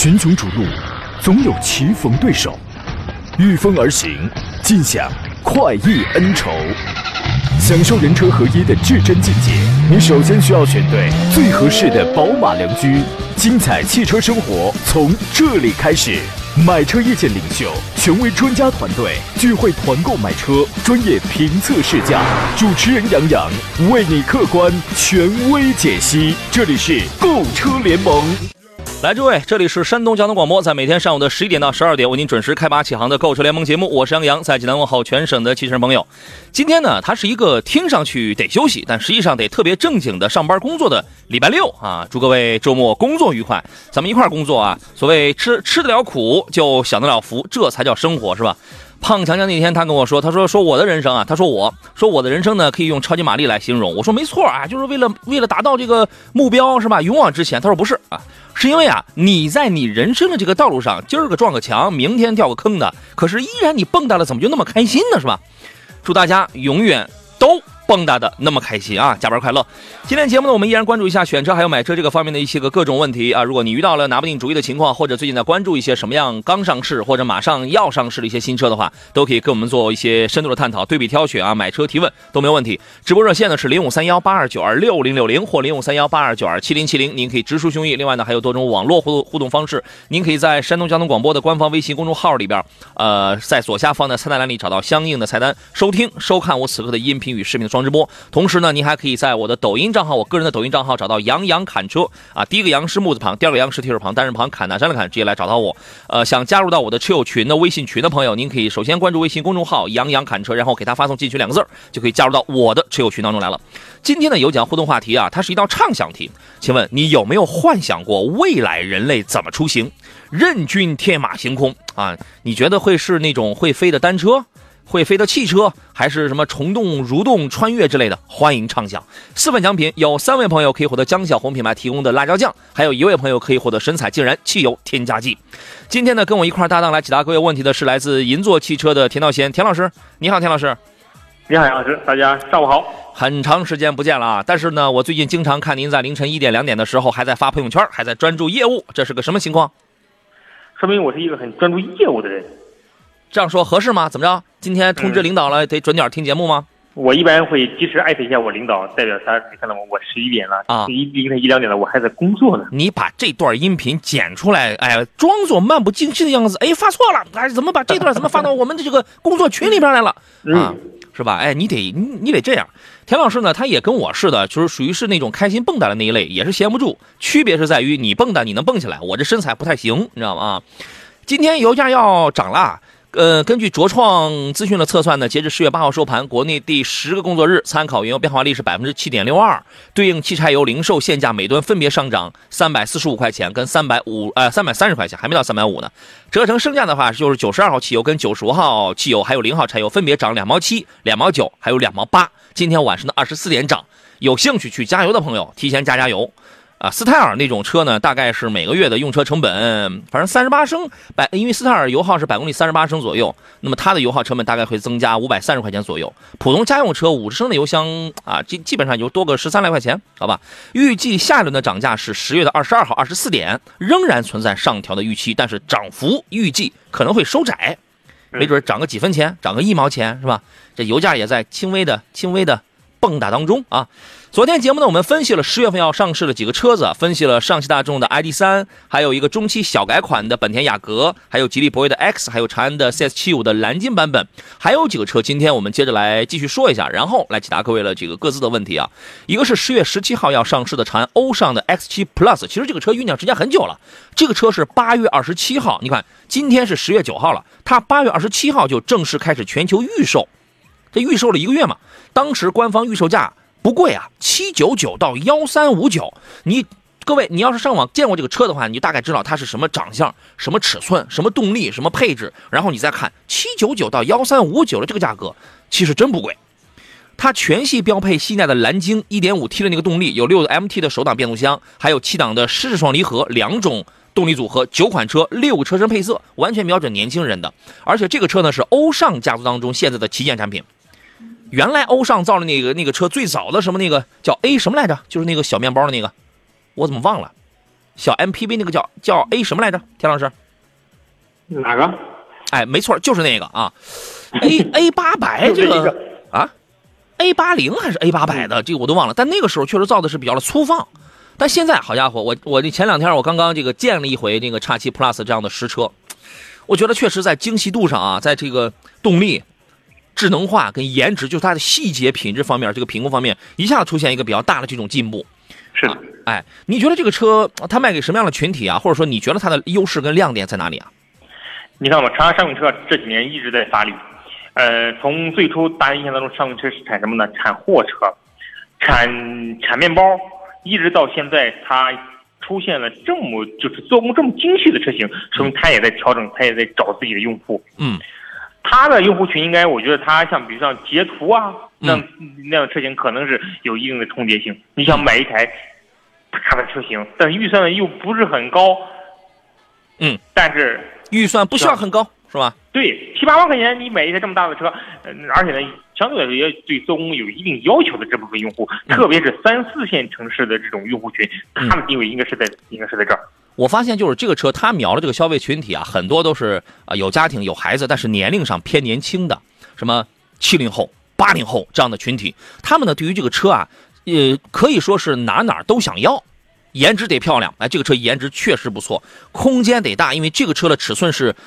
群雄逐鹿，总有棋逢对手，御风而行，尽享快意恩仇。享受人车合一的至臻境界，你首先需要选对最合适的宝马良驹。精彩汽车生活从这里开始。买车意见领袖，权威专家团队聚会团购买车，专业评测试驾，主持人杨洋为你客观权威解析。这里是购车联盟。 来，诸位，这里是山东交通广播，在每天上午的11点到12点为您准时开拔起航的购车联盟节目，我是杨洋，在济南问候全省的汽车人朋友。今天呢，它是一个听上去得休息，但实际上得特别正经的上班工作的礼拜六啊！祝各位周末工作愉快，咱们一块儿工作啊！所谓吃得了苦，就享得了福，这才叫生活，是吧？胖强强那天他跟我说，他说我的人生啊，他说我的人生呢可以用超级玛丽来形容。我说没错啊，就是为了达到这个目标是吧？勇往直前。他说不是啊，是因为啊你在你人生的这个道路上，今儿个撞个墙，明天掉个坑的，可是依然你蹦跶了，怎么就那么开心呢？是吧？祝大家永远都蹦跶的那么开心啊！加班快乐。今天节目呢，我们依然关注一下选车还有买车这个方面的一些个各种问题啊。如果你遇到了拿不定主意的情况，或者最近在关注一些什么样刚上市或者马上要上市的一些新车的话，都可以跟我们做一些深度的探讨、对比挑选啊，买车提问都没有问题。直播热线呢是053182926060或053182927070，您可以直抒胸臆。另外呢，还有多种网络互动方式，您可以在山东交通广播的官方微信公众号里边，在左下方的菜单栏里找到相应的菜单，收听收看我此刻的音频与视频的双直播。同时呢，您还可以在我的抖音账号，我个人的抖音账号找到杨洋侃车啊，第一个杨是木字旁，第二个杨是提手旁，单人旁，侃南山的侃，直接来找到我。想加入到我的车友群的微信群的朋友，您可以首先关注微信公众号杨洋侃车，然后给他发送进群2个字，就可以加入到我的车友群当中来了。今天的有奖互动话题啊，它是一道畅想题，请问你有没有幻想过未来人类怎么出行？任君天马行空啊，你觉得会是那种会飞的单车？会飞的汽车，还是什么虫洞、蠕动、穿越之类的？欢迎畅想。4份奖品，有3位朋友可以获得江小红品牌提供的辣椒酱，还有1位朋友可以获得神采竟然汽油添加剂。今天呢，跟我一块搭档来解答各位问题的是来自银座汽车的田道贤，田老师，你好，田老师。 你好，杨老师，大家上午好。 很长时间不见了啊！但是呢，我最近经常看您在凌晨1点、2点的时候还在发朋友圈，还在专注业务，这是个什么情况？ 说明我是一个很专注业务的人。 这样说合适吗？怎么着？今天通知领导了，得准点听节目吗？ 我一般会及时艾特一下我领导，代表他，你看到吗？我11点了啊，凌晨1、2点了，我还在工作呢。 你把这段音频剪出来，哎，装作漫不经心的样子，哎，发错了，哎，怎么把这段怎么发到我们的这个工作群里边来了？啊，是吧？哎，你得这样。田老师呢，他也跟我似的，就是属于是那种开心蹦跶的那一类，也是闲不住。区别是在于你蹦跶你能蹦起来，我这身材不太行，你知道吗？今天油价要涨了。根据卓创资讯的测算呢，截至10月8号收盘，国内第10个工作日参考原油变化率是 7.62%， 对应汽柴油零售现价每吨分别上涨345块钱跟330块钱，还没到350呢。折成升价的话，就是92号汽油跟95号汽油还有0号柴油分别涨2毛7、2毛9还有2毛8。今天晚上的24点涨，有兴趣去加油的朋友提前加油。斯泰尔那种车呢，大概是每个月的用车成本，反正38升因为斯泰尔油耗是百公里38升左右，那么它的油耗成本大概会增加530块钱左右。普通家用车50升的油箱啊，基本上就多个13来块钱，好吧？预计下一轮的涨价是10月的22号24点，仍然存在上调的预期，但是涨幅预计可能会收窄，没准涨个几分钱，涨个1毛钱，是吧？这油价也在轻微的蹦跶当中啊。昨天节目呢，我们分析了10月份要上市的几个车子，分析了上汽大众的 ID.3， 还有一个中期小改款的本田雅阁，还有吉利博越的 X， 还有长安的 CS75 的蓝金版本，还有几个车，今天我们接着来继续说一下，然后来解答各位的这个各自的问题啊。一个是10月17号要上市的长安欧尚的 X7 Plus， 其实这个车酝酿时间很久了，这个车是8月27号，你看今天是10月9号了，它8月27号就正式开始全球预售，这预售了1个月嘛，当时官方预售价不贵啊，799到1359。各位，你要是上网见过这个车的话，你就大概知道它是什么长相、什么尺寸、什么动力、什么配置，然后你再看799到1359的这个价格，其实真不贵。它全系标配西耐的蓝鲸 1.5T 的那个动力，有6个 MT 的手挡变速箱，还有7档的湿式双离合，2种动力组合，9款车，6个车身配色，完全瞄准年轻人的。而且这个车呢是欧尚家族当中现在的旗舰产品。原来欧尚造的那个车最早的什么那个叫 A 什么来着，就是那个小面包的那个，我怎么忘了小 MPV 那个叫 A 什么来着？田老师， 哪个？ 哎，没错，就是那个啊，A800这个啊，A80还是 A800的，这个我都忘了。但那个时候确实造的是比较的粗放，但现在好家伙，我这前2天我刚刚这个见了一回那个 X7 Plus 这样的实车，我觉得确实在精细度上啊，在这个动力、智能化跟颜值，就是它的细节品质方面，这个评估方面，一下子出现一个比较大的这种进步。 是的， 哎，你觉得这个车它卖给什么样的群体啊？或者说你觉得它的优势跟亮点在哪里啊？ 你看嘛，长安商用车这几年一直在发力，从最初大家印象当中，商用车是产什么呢？产货车，产面包，一直到现在，它出现了就是做工这么精细的车型，说明它也在调整，它也在找自己的用户。它的用户群应该，我觉得它比如像捷途啊，那样的车型可能是有一定的重叠性。你想买一台大的车型，但是预算又不是很高，但是预算不需要很高，是吧？ 对，7、8万块钱你买一台这么大的车，而且呢，相对来说也对做工有一定要求的这部分用户，特别是3、4线城市的这种用户群，他们定位应该是在这儿。 我发现就是这个车，它瞄的这个消费群体啊，很多都是有家庭有孩子，但是年龄上偏年轻的，什么70后、80后这样的群体，他们呢对于这个车啊，可以说是哪都想要。颜值得漂亮，哎，这个车颜值确实不错，空间得大，因为这个车的尺寸是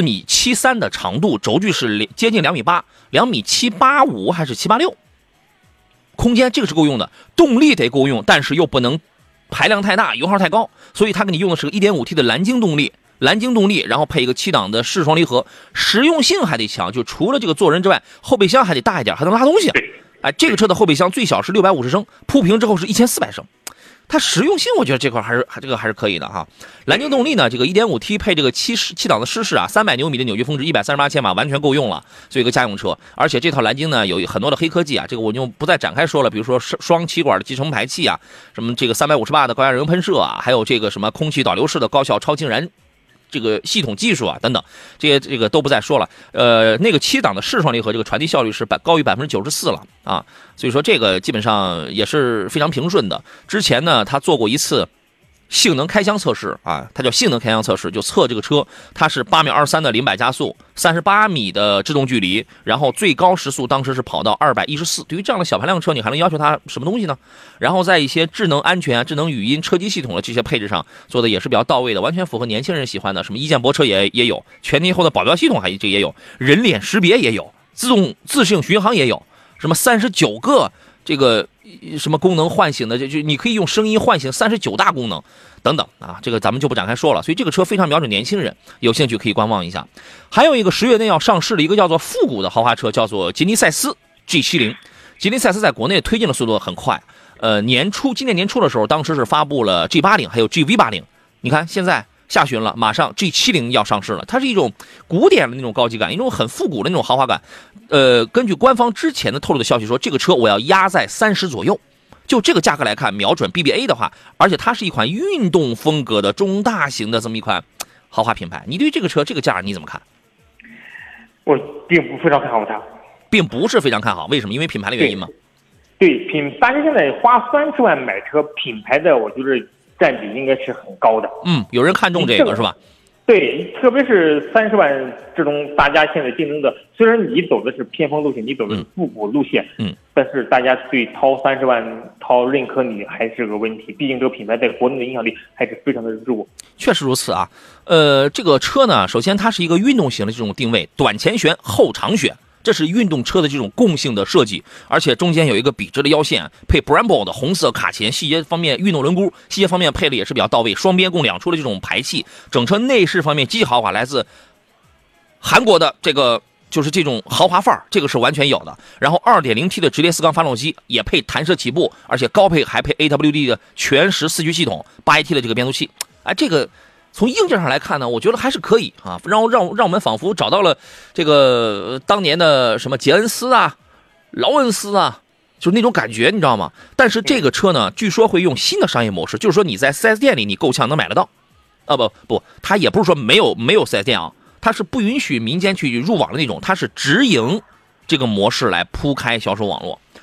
4.73米的长度，轴距是接近2.8米，2.785米还是7.86米，空间这个是够用的，动力得够用，但是又不能排量太大，油耗太高，所以它给你用的是个 1.5T 的蓝鲸动力，然后配一个7档的湿双离合，实用性还得强，就除了这个坐人之外，后备箱还得大一点，还能拉东西。哎，这个车的后备箱最小是650升，铺平之后是1400升。它实用性，我觉得这块还是可以的哈。蓝鲸动力呢，这个 1.5T 配这个7档的湿式啊，300牛米的扭矩峰值，138千瓦，完全够用了，做一个家用车。而且这套蓝鲸呢，有很多的黑科技啊，这个我就不再展开说了。比如说双气管的集成排气啊，什么这个350瓦的高压燃油喷射啊，还有这个什么空气导流式的高效超氢燃这个系统技术啊等等，这个都不再说了。那个7档的湿双离合，这个传递效率是高于94%了啊，所以说这个基本上也是非常平顺的。之前呢，他做过一次性能开箱测试啊，它叫性能开箱测试，就测这个车，它是8秒23的0-100加速，38米的制动距离，然后最高时速当时是跑到214。对于这样的小排量车，你还能要求它什么东西呢？然后在一些智能安全啊、智能语音、车机系统的这些配置上做的也是比较到位的，完全符合年轻人喜欢的。什么一键泊车也有，全天候的保镖系统这也有，人脸识别也有，自适应巡航也有，什么39个这个什么功能唤醒的，就你可以用声音唤醒39大功能等等啊，这个咱们就不展开说了。所以这个车非常瞄准年轻人，有兴趣可以观望一下。还有一个10月内要上市的一个叫做复古的豪华车，叫做吉尼赛斯 G70。吉尼赛斯在国内推进的速度很快，今年年初的时候，当时是发布了 G80 还有 GV80， 你看现在下旬了，马上 G70 要上市了，它是一种古典的那种高级感，一种很复古的那种豪华感。根据官方之前的透露的消息说，这个车我要压在30左右，就这个价格来看，瞄准 BBA 的话，而且它是一款运动风格的中大型的这么一款豪华品牌。你对这个车这个价你怎么看？ 我并不非常看好它， 并不是非常看好，为什么？因为品牌的原因吗？ 对，大家现在花30万买车，品牌的我觉得占比应该是很高的。 有人看中这个是吧？ 对，特别是30万这种大家现在竞争的，虽然你走的是偏锋路线，你走的是复古路线，但是大家对掏30万认可你还是个问题，毕竟这个品牌在国内的影响力还是非常的弱。确实如此啊。这个车呢，首先它是一个运动型的这种定位，短前悬后长悬。这是运动车的这种共性的设计，而且中间有一个笔直的腰线，配 Brembo 的红色卡钳，细节方面运动轮毂，细节方面配的也是比较到位，双边共2出的这种排气，整车内饰方面极其豪华，来自韩国的这个就是这种豪华范儿，这个是完全有的。然后 2.0T 的直列4缸发动机也配弹射起步，而且高配还配 AWD 的全时4驱系统，8AT 的这个变速器。哎，这个从硬件上来看呢，我觉得还是可以啊，让我们仿佛找到了这个当年的什么杰恩斯啊、劳恩斯啊，就是那种感觉，你知道吗？但是这个车呢，据说会用新的商业模式，就是说你在 4S 店里你够呛能买得到。不，它也不是说没有 4S 店啊，它是不允许民间去入网的那种，它是直营这个模式来铺开销售网络。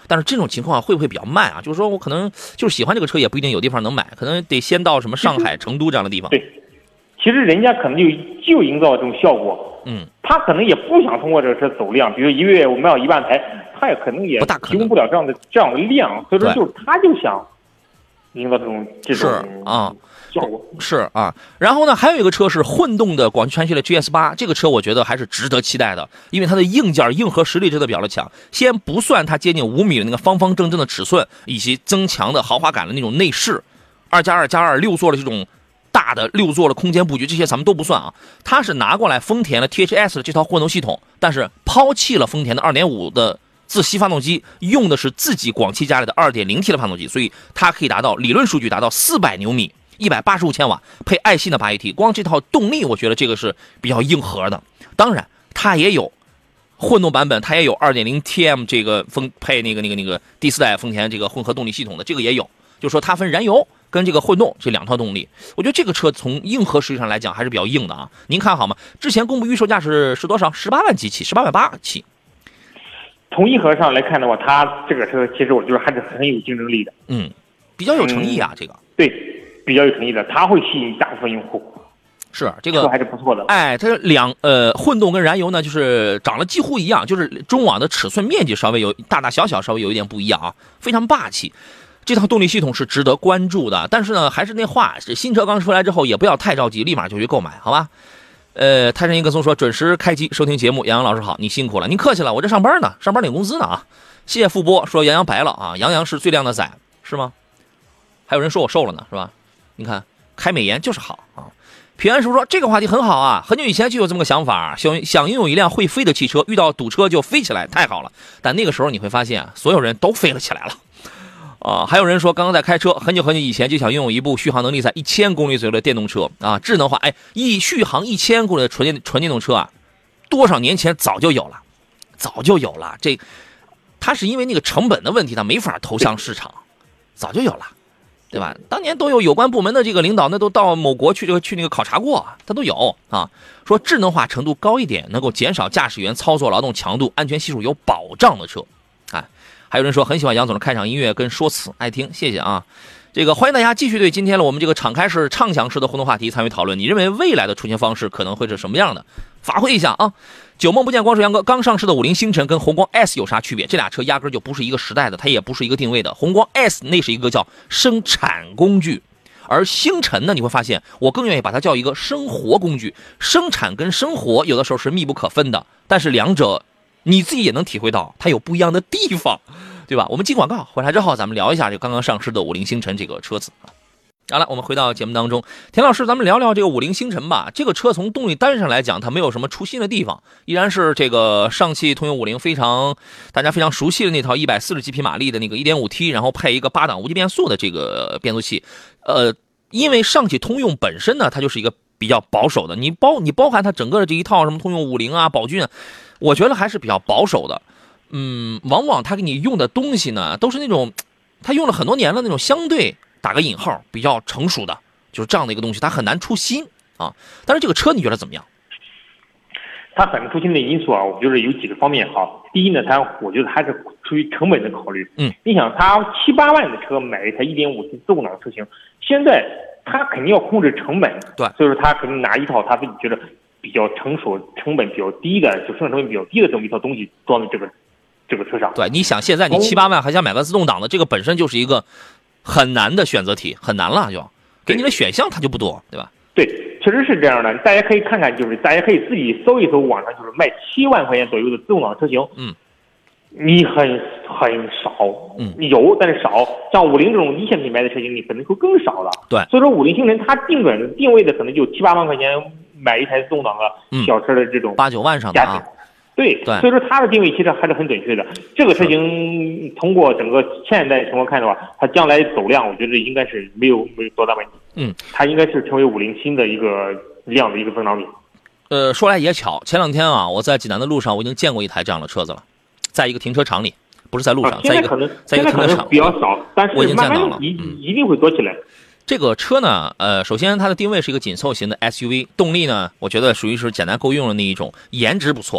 但是这种情况会不会比较慢啊？就是说我可能就是喜欢这个车，也不一定有地方能买，可能得先到什么上海、成都这样的地方。 对，其实人家可能就营造这种效果，他可能也不想通过这个车走量，比如1个月我卖到1万台，他也可能也提供不了这样的量，所以说就是他就想营造这种效果是啊。然后呢，还有一个车是混动的广汽传祺的 GS8，这个车我觉得还是值得期待的，因为它的硬件硬核实力真的比较强。先不算它接近5米的那个方方正正的尺寸，以及增强的豪华感的那种内饰，2+2+2 6座的这种大的6座的空间布局，这些咱们都不算啊。它是拿过来丰田的 THS 的这套混动系统，但是抛弃了丰田的2.5的自吸发动机，用的是自己广汽家里的 2.0T 的发动机，所以它可以达到理论数据达到400牛米，185千瓦，配爱信的 8AT。光这套动力我觉得这个是比较硬核的。当然它也有混动版本，它也有 2.0TM 这个配那个第4代丰田这个混合动力系统的，这个也有，就是说它分燃油跟这个混动这2套动力。我觉得这个车从硬核实力上来讲还是比较硬的啊。您看好吗？之前公布预售价是多少？18万几起，18万8起。 从硬核上来看的话，它这个车其实我觉得还是很有竞争力的， 比较有诚意啊，这个对，比较有诚意的，它会吸引大部分用户。 是这个还是不错的。 哎，它混动跟燃油呢，就是长得几乎一样，就是中网的尺寸面积稍微有大小稍微有一点不一样啊，非常霸气。这套动力系统是值得关注的，但是呢，还是那话，新车刚出来之后也不要太着急，立马就去购买，好吧？泰山一个松说准时开机收听节目，杨洋老师好，你辛苦了，您客气了，我这上班呢，上班领工资呢啊。谢谢傅波说杨洋白了啊，杨洋是最靓的仔是吗？还有人说我瘦了呢是吧？你看开美颜就是好啊。平安叔说这个话题很好啊，很久以前就有这么个想法，想拥有一辆会飞的汽车，遇到堵车就飞起来，太好了。但那个时候你会发现啊，所有人都飞了起来了。还有人说刚刚在开车，很久以前就想拥有一部续航能力在1000公里左右的电动车啊，智能化，续航1000公里的纯电动车啊，多少年前早就有了。这它是因为那个成本的问题，它没法投向市场，早就有了，对吧？当年都有关部门的这个领导，那都到某国去那个考察过，它都有啊。说智能化程度高一点，能够减少驾驶员操作劳动强度，安全系数有保障的车。还有人说很喜欢杨总的开场音乐跟说辞，爱听，谢谢啊。这个欢迎大家继续对今天我们这个敞开式畅想式的互动话题参与讨论，你认为未来的出行方式可能会是什么样的？发挥一下啊。久梦不见光说杨哥，刚上市的50星辰跟宏光 S 有啥区别？这俩车压根就不是一个时代的，它也不是一个定位的。宏光 S 那是一个叫生产工具，而星辰呢，你会发现我更愿意把它叫一个生活工具。生产跟生活有的时候是密不可分的，但是两者你自己也能体会到它有不一样的地方，对吧？我们进广告回来之后，咱们聊一下这个刚刚上市的50星辰这个车子。好了，我们回到节目当中，田老师，咱们聊聊这个50星辰吧。这个车从动力单上来讲，它没有什么出新的地方，依然是这个上汽通用50大家非常熟悉的那套140几匹马力的那个 1.5T， 然后配一个8档无级变速的这个变速器。因为上汽通用本身呢，它就是一个比较保守的，你包含它整个的这一套什么通用50啊、宝骏啊，我觉得还是比较保守的。往往它给你用的东西呢，都是那种它用了很多年了那种相对打个引号比较成熟的，就是这样的一个东西，它很难出新啊。但是这个车你觉得怎么样？ 它很难出新的因素啊，我觉得有几个方面好。第一呢，我觉得还是出于成本的考虑。你想它7、8万的车买一台 1.5T 自动挡车型，现在它肯定要控制成本， 对， 所以说它肯定拿一套他自己觉得比较成熟、成本比较低的，就生产成本比较低的这么一套东西装在这个车上。 对，你想现在你7、8万还想买个自动挡的，这个本身就是一个很难的选择题，很难了，就给你的选项它就不多，对吧？ 对，确实是这样的。大家可以看看，就是大家可以自己搜一搜网上，就是卖7万块钱左右的自动挡车型。你很少，有但是少。像50这种一线品牌的车型，你可能会更少了。 对， 所以说50星辰它定位的可能就7、8万块钱买一台自动挡的小车的这种 8、9万上的啊。 对，所以说它的定位其实还是很准确的。这个车型通过整个现代情况看的话，它将来走量，我觉得应该是没有多大问题。它应该是成为50新的一个量的一个增长点。 说来也巧，前2天啊，我在济南的路上，我已经见过一台这样的车子了，在一个停车场里，不是在路上，在一个停车场比较少，但是我已经见到了， 一定会多起来。 这个车呢，首先它的定位是一个紧凑型的 SUV， 动力呢，我觉得属于是简单够用的那一种，颜值不错。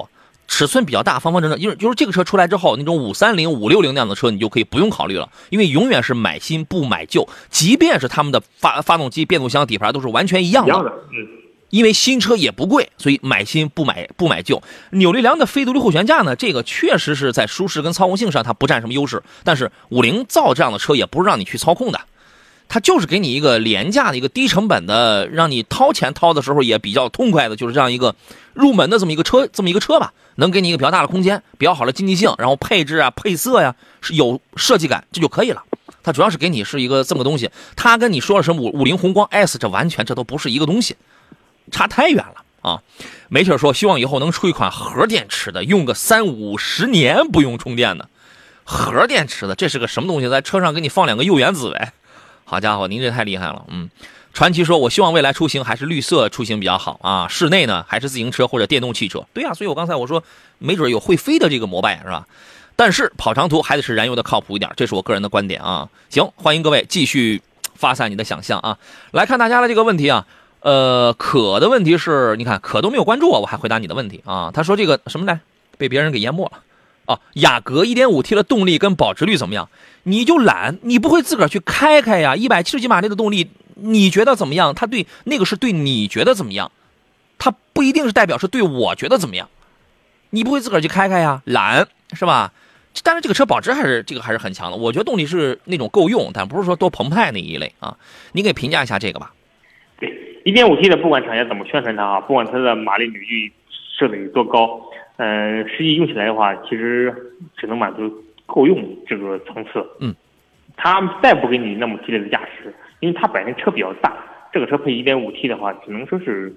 尺寸比较大，方方正正，就是这个车出来之后，那种530、560那样的车，你就可以不用考虑了，因为永远是买新不买旧，即便是他们的发动机、变速箱、底盘都是完全一样的。因为新车也不贵，所以买新不买旧。扭力梁的非独立后悬架呢，这个确实是在舒适跟操控性上它不占什么优势，但是50造这样的车也不是让你去操控的。它就是给你一个廉价的一个低成本的，让你掏钱掏的时候也比较痛快的，就是这样一个入门的这么一个车吧，能给你一个比较大的空间，比较好的经济性，然后配置啊、配色呀是有设计感，这就可以了。它主要是给你是一个这么个东西，它跟你说了什么50宏光 S， 这都不是一个东西，差太远了啊！梅切说希望以后能出一款核电池的，用个30-50年不用充电的。核电池的这是个什么东西？在车上给你放2个铀原子呗。好家伙，您这太厉害了。传奇说我希望未来出行还是绿色出行比较好啊，室内呢还是自行车或者电动汽车。对啊，所以我刚才我说没准有会飞的这个摩拜是吧？但是跑长途还得是燃油的靠谱一点，这是我个人的观点啊。行，欢迎各位继续发散你的想象啊。来看大家的这个问题啊，可的问题是，你看可都没有关注我还回答你的问题啊。他说这个什么来被别人给淹没了。雅阁 1.5T 的动力跟保值率怎么样？你就懒，你不会自个儿去开呀？170几马力的动力，你觉得怎么样？它对那个是对你觉得怎么样？它不一定是代表是对我觉得怎么样。你不会自个儿去开呀？懒是吧？但是这个车保值还是很强的。我觉得动力是那种够用，但不是说多澎湃那一类啊。你给评价一下这个吧。 对 1.5T 的，不管厂家怎么宣传它啊，不管它的马力扭矩设的有多高。实际用起来的话，其实只能满足够用这个层次。它再不给你那么激烈的驾驶，因为它本身车比较大，这个车配 1.5T 的话，只能说是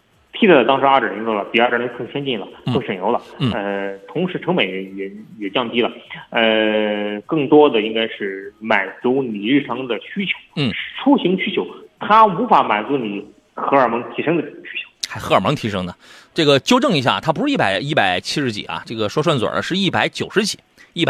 T 的当时 2.0 的了，比 2.0 更先进了，更省油了。同时成本也降低了。更多的应该是满足你日常的需求。出行需求，它无法满足你荷尔蒙提升的需求。 还荷尔蒙提升的，这个纠正一下，它不是170几啊，这个说顺嘴儿是190几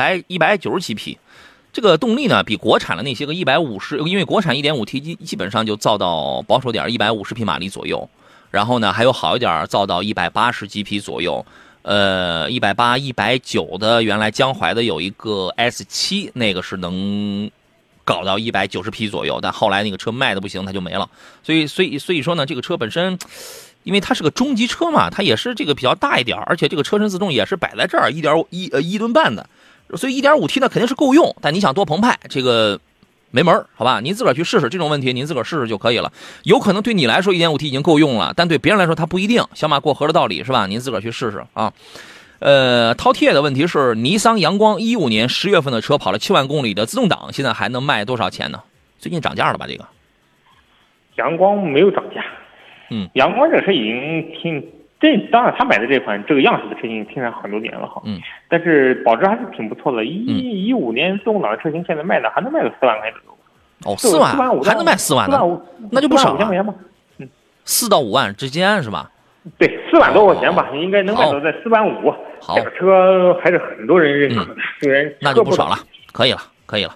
，190几匹。这个动力呢，比国产的那些个150，因为国产 1.5T 基本上就造到保守点150匹马力左右，然后呢还有好一点造到180几匹左右。180、190的，原来江淮的有一个 S7，那个是能搞到190匹左右，但后来那个车卖的不行，它就没了。所以说呢，这个车本身。因为它是个中级车嘛，它也是这个比较大一点，而且这个车身自重也是摆在这儿1吨半的，所以 1.5T 呢肯定是够用，但你想多澎湃，这个没门，好吧？您自个儿去试试这种问题，您自个儿试试就可以了。有可能对你来说 1.5T 已经够用了，但对别人来说它不一定。小马过河的道理是吧？您自个儿去试试啊。饕餮的问题是，尼桑阳光15年10月份的车跑了7万公里的自动挡，现在还能卖多少钱呢？最近涨价了吧？这个阳光没有涨价。阳光这个车已经当然他买的这款这个样式的车型停产很多年了哈。但是保值还是挺不错的。15年自动挡的车型现在卖的还能卖个4万块左右。 4万还能卖4万呢？那就不少了。4到5万之间是吧？ 对，4万多块钱吧，应该能卖到在4万5。 好， 这个车还是很多人认可的，虽然那就不少了，可以了。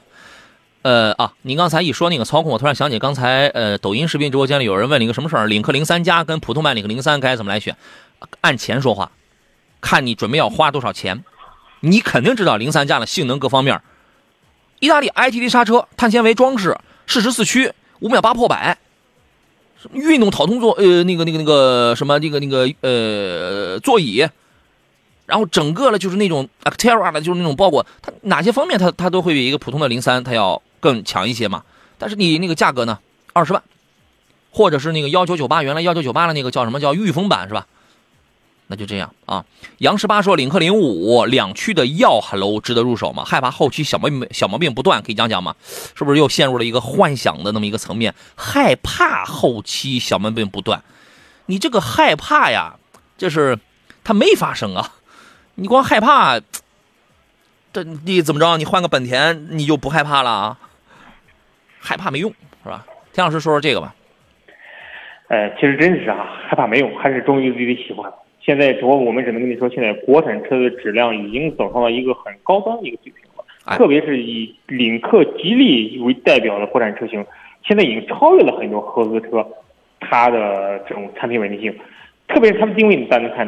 您刚才一说那个操控，我突然想起刚才抖音视频直播间里有人问了一个什么事儿，领克03加跟普通版领克03该怎么来选？按钱说话，看你准备要花多少钱。你肯定知道03加的性能各方面，意大利 ITD 刹车、碳纤维装饰、适时四驱、5秒8破百，运动讨动座那个什么座椅。然后整个的就是那种 Actera 的，就是那种包裹，它哪些方面它都会比一个普通的03它要更强一些嘛。但是你那个价格呢，20万，或者是那个1998，原来1998的那个叫什么叫御风版是吧？那就这样啊。杨18说领克052驱的耀 Hello 值得入手吗？害怕后期小毛病不断，可以讲讲吗？是不是又陷入了一个幻想的那么一个层面？害怕后期小毛病不断，你这个害怕呀，就是它没发生啊。你光害怕，你怎么着？你换个本田，你就不害怕了啊？害怕没用，是吧？田老师说说这个吧。 其实真是害怕没用，还是忠于自己的喜欢。现在我们只能跟你说，现在国产车的质量已经走上了一个很高端的一个水平了。特别是以领克、吉利为代表的国产车型，现在已经超越了很多合资车，它的这种产品稳定性。特别是它的定位，大家能看到。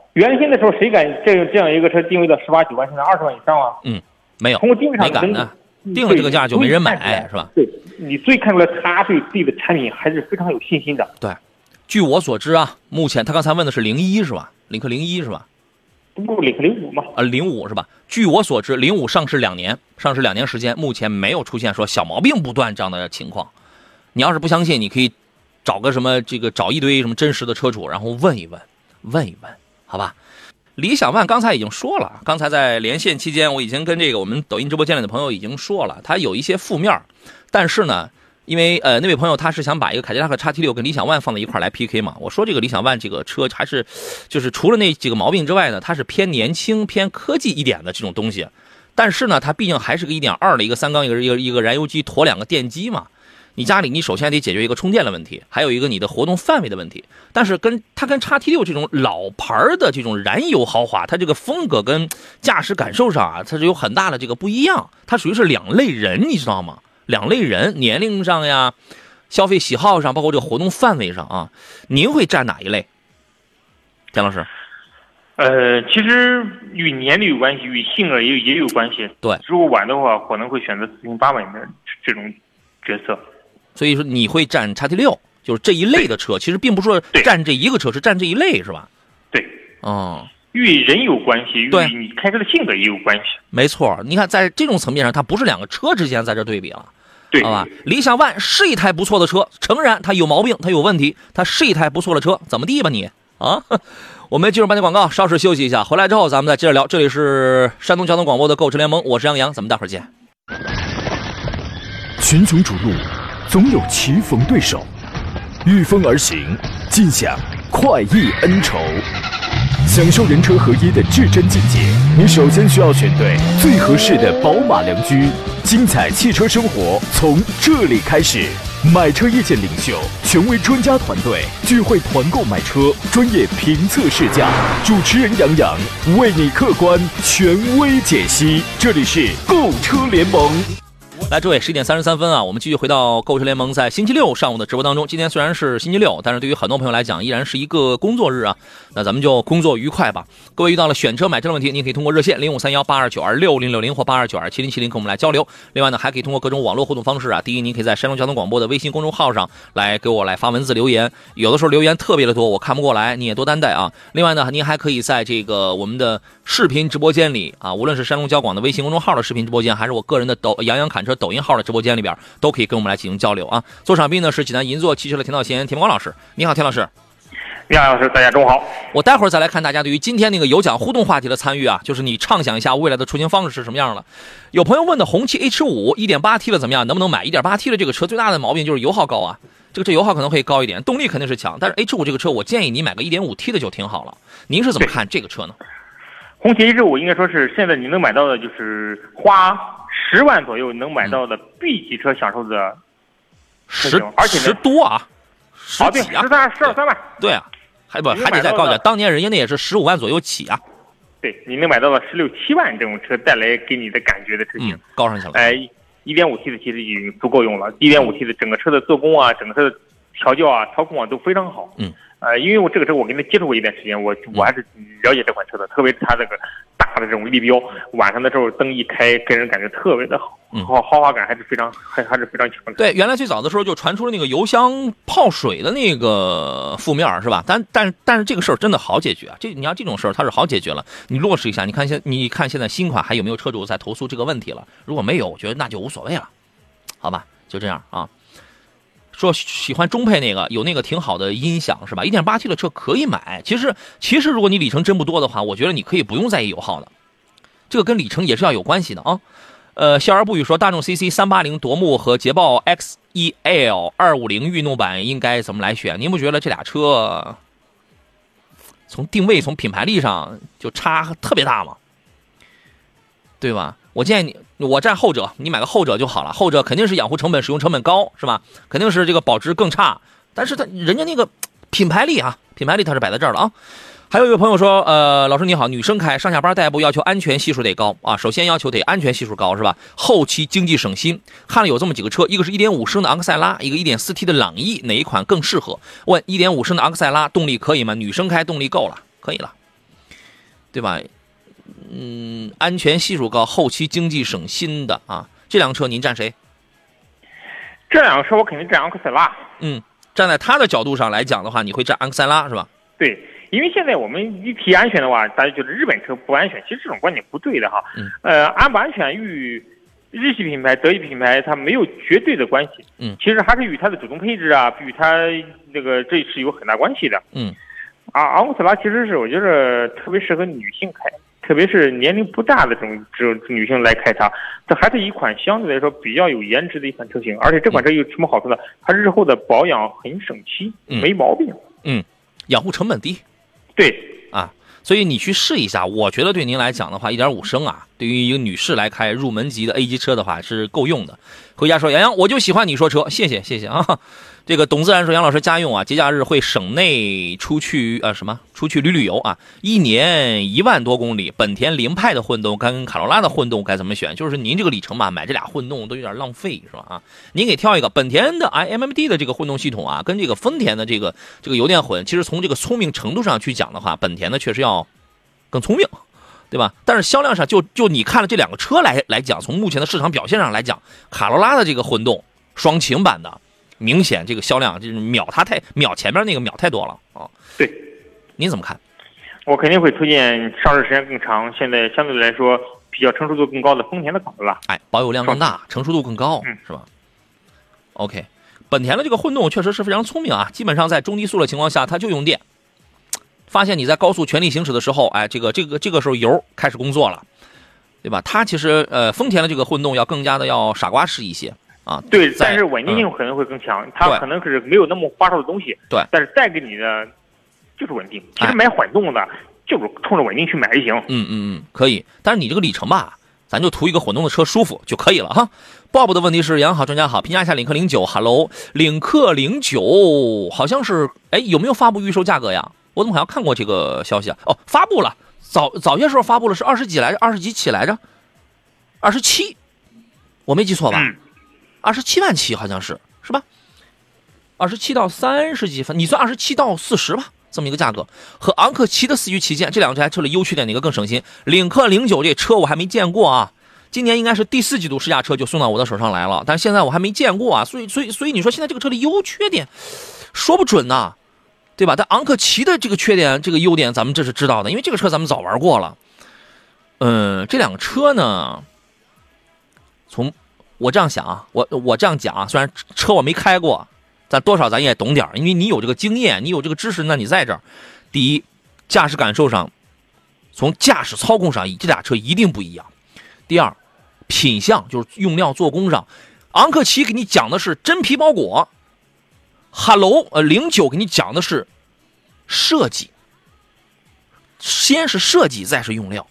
原先的时候谁敢这样一个车定位到18、9万，现在20万以上啊？ 没有， 从定位上没敢呢，定了这个价就没人买，是吧？ 对，你最看出来他对自己的产品还是非常有信心的。 对，据我所知啊，目前他刚才问的是01是吧？领克01是吧？ 不，领克05嘛。 05是吧？据我所知，05上市2年，上市2年时间，目前没有出现说小毛病不断这样的情况。你要是不相信，你可以找个什么找一堆什么真实的车主，然后问一问，好吧？理想ONE刚才已经说了，刚才在连线期间，我已经跟我们抖音直播间里的朋友已经说了，它有一些负面，但是呢，因为那位朋友他是想把一个凯迪拉克 XT6 跟理想ONE放在一块来 PK 嘛，我说这个理想ONE这个车还是就是除了那几个毛病之外呢，它是偏年轻偏科技一点的这种东西，但是呢，它毕竟还是个 1.2 的一个3缸一个燃油机驮2个电机嘛。你家里你首先得解决一个充电的问题，还有一个你的活动范围的问题。但是它跟 XT6 这种老牌的这种燃油豪华，它这个风格跟驾驶感受上啊，它是有很大的这个不一样。它属于是两类人，你知道吗？两类人，年龄上呀，消费喜好上，包括这个活动范围上啊，您会占哪一类？田老师？ 其实与年龄有关系，与性格也有关系。 对， 如果晚的话，可能会选择408万的这种角色。 所以说你会占 XT6，就是这一类的车，其实并不是说占这一个车，是占这一类，是吧？ 对， 与人有关系，与你开车的性格也有关系。 没错，你看在这种层面上，它不是两个车之间在这对比了， 对， 好吧？理想ONE是一台不错的车，诚然它有毛病，它有问题，它是一台不错的车，怎么地吧你啊？我们进入半点广告，稍事休息一下，回来之后咱们再接着聊。这里是山东交通广播的购车联盟，我是杨洋，咱们待会儿见。 群雄逐鹿，总有棋逢对手，御风而行，尽享快意恩仇。享受人车合一的至臻境界，你首先需要选对最合适的宝马良驹。精彩汽车生活从这里开始。买车意见领袖，权威专家团队聚会团购买车，专业评测试驾，主持人杨洋为你客观权威解析。这里是购车联盟。 来，诸位，11点33分啊，我们继续回到购车联盟在星期六上午的直播当中。今天虽然是星期六，但是对于很多朋友来讲，依然是一个工作日啊。那咱们就工作愉快吧。各位遇到了选车买车的问题，您可以通过热线053182926060或82927070跟我们来交流。另外呢，还可以通过各种网络互动方式啊。第一，您可以在山东交通广播的微信公众号上来给我来发文字留言，有的时候留言特别的多，我看不过来，你也多担待啊。另外呢，您还可以在这个我们的视频直播间里啊，无论是山东交广的微信公众号的视频直播间，还是我个人的杨洋侃车抖音号的直播间里边，都可以跟我们来进行交流啊。座上宾呢是济南银座汽车的田道贤田光老师，你好，田老师。 你好，老师，大家中午好。 我待会儿再来看大家对于今天那个有奖互动话题的参与啊，就是你畅想一下未来的出行方式是什么样了。有朋友问的红旗 H5 1.8T 的怎么样，能不能买？ 1.8T 的这个车最大的毛病就是油耗高啊，这油耗可能会高一点，动力肯定是强，但是 H5 这个车我建议你买个 1.5T 的就挺好了。您是怎么看这个车呢？ 红旗 H5 应该说是现在你能买到的，就是花10万左右能买到的 B 级车享受的而且 10多啊，10几啊 ，12、13万。 对啊，还得再高点，当年人家那也是15万左右起啊。 对，你能买到了16、7万这种车带来给你的感觉的车型， 高上去了。 1.5T 的其实已经足够用了。1.5T 的整个车的做工啊，整个车的调教啊、操控啊都非常好。因为我这个车我跟他接触过一段时间，我还是了解这款车的，特别是它这个大的这种立标，晚上的时候灯一开，给人感觉特别的好，豪华感还是非常强的。 对，原来最早的时候就传出了那个油箱泡水的那个负面是吧？但是这个事儿真的好解决啊！你要这种事儿它是好解决了，你落实一下，你看现在新款还有没有车主在投诉这个问题了？如果没有，我觉得那就无所谓了，好吧？就这样啊。说喜欢中配那个有那个挺好的音响是吧？ 1.8T 的车可以买。其实如果你里程真不多的话，我觉得你可以不用在意油耗的，这个跟里程也是要有关系的啊。笑而不语说大众 CC 380夺目和捷豹 XEL 250运动版应该怎么来选？您不觉得这俩车从定位从品牌力上就差特别大吗？对吧？我建议你，我占后者，你买个后者就好了。后者肯定是养护成本、使用成本高，是吧？肯定是这个保值更差，但是人家那个品牌力它是摆在这儿了啊。还有一位朋友说，老师你好，女生开上下班代步要求安全系数得高啊，首先要求得安全系数高是吧？后期经济省心。看了有这么几个车，一个是 1.5 升的昂克赛拉，一个 1.4T 的朗逸，哪一款更适合？问 1.5 升的昂克赛拉动力可以吗？女生开动力够了，可以了。 对吧？安全系数高，后期经济省心的啊，这辆车您站谁？ 这辆车我肯定站昂克赛拉。 站在他的角度上来讲的话，你会站昂克赛拉是吧？ 对，因为现在我们一提安全的话，大家觉得日本车不安全，其实这种观点不对的哈。安不安全与日系品牌、德系品牌它没有绝对的关系。其实还是与它的主动配置啊，与它那个这是有很大关系的。昂克赛拉其实是我觉得特别适合女性开，特别是年龄不大的这种女性来开它。这还是一款相对来说比较有颜值的一款车型，而且这款车有什么好处呢？它日后的保养很省期，没毛病。 养护成本低。 对啊，所以你去试一下，我觉得对您来讲的话，1.5升啊，对于一个女士来开入门级的 A 级车的话是够用的。回家说杨洋，我就喜欢你说车，谢谢啊。这个董自然说杨老师家用啊，节假日会省内出去旅游啊，一年1万多公里，本田凌派的混动跟卡罗拉的混动该怎么选？就是您这个里程吧，买这俩混动都有点浪费是吧？啊，您给挑一个本田的 iMMD 的这个混动系统啊，跟这个丰田的这个油电混，其实从这个聪明程度上去讲的话，本田的确实要更聪明，对吧？但是销量上就你看了这两个车来讲，从目前的市场表现上来讲，卡罗拉的这个混动双擎版的，明显这个销量就是秒前面那个秒太多了啊。 对， 您怎么看？ 我肯定会推荐上市时间更长，现在相对来说比较成熟度更高的丰田的卡罗拉。 保有量更大，成熟度更高，是吧 ？OK， 本田的这个混动确实是非常聪明啊，基本上在中低速的情况下它就用电。发现你在高速全力行驶的时候，这个时候油开始工作了，对吧？它其实丰田的这个混动要更加的要傻瓜式一些啊。 对，但是稳定性可能会更强，它可能是没有那么花哨的东西。 对， 但是带给你的就是稳定。其实买混动的就是冲着稳定去买就行。 可以。但是你这个里程吧，咱就图一个混动的车舒服就可以了哈。Bob 的问题是：杨好，专家好，评价一下领克09。Hello， 领克09好像是有没有发布预售价格呀？我怎么好像看过这个消息啊？哦，发布了，早些时候发布了，是20几来着，20几起来着，27，我没记错吧？27万起好像是吧？27到30几分，你算27到40吧，这么一个价格。和昂克旗的4驱旗舰，这两台车的优缺点哪个更省心？领克09这车我还没见过啊，今年应该是第4季度试驾车就送到我的手上来了，但是现在我还没见过啊，所以你说现在这个车的优缺点说不准呐。对吧？但昂克旗的这个缺点、这个优点，咱们这是知道的，因为这个车咱们早玩过了。这两个车呢，从我这样想啊，我这样讲啊，虽然车我没开过，但多少咱也懂点，因为你有这个经验，你有这个知识，那你在这儿，第一，驾驶感受上，从驾驶操控上，这俩车一定不一样。第二，品相就是用料做工上，昂克旗给你讲的是真皮包裹。Hello， 09给你讲的是设计，先是设计，再是用料。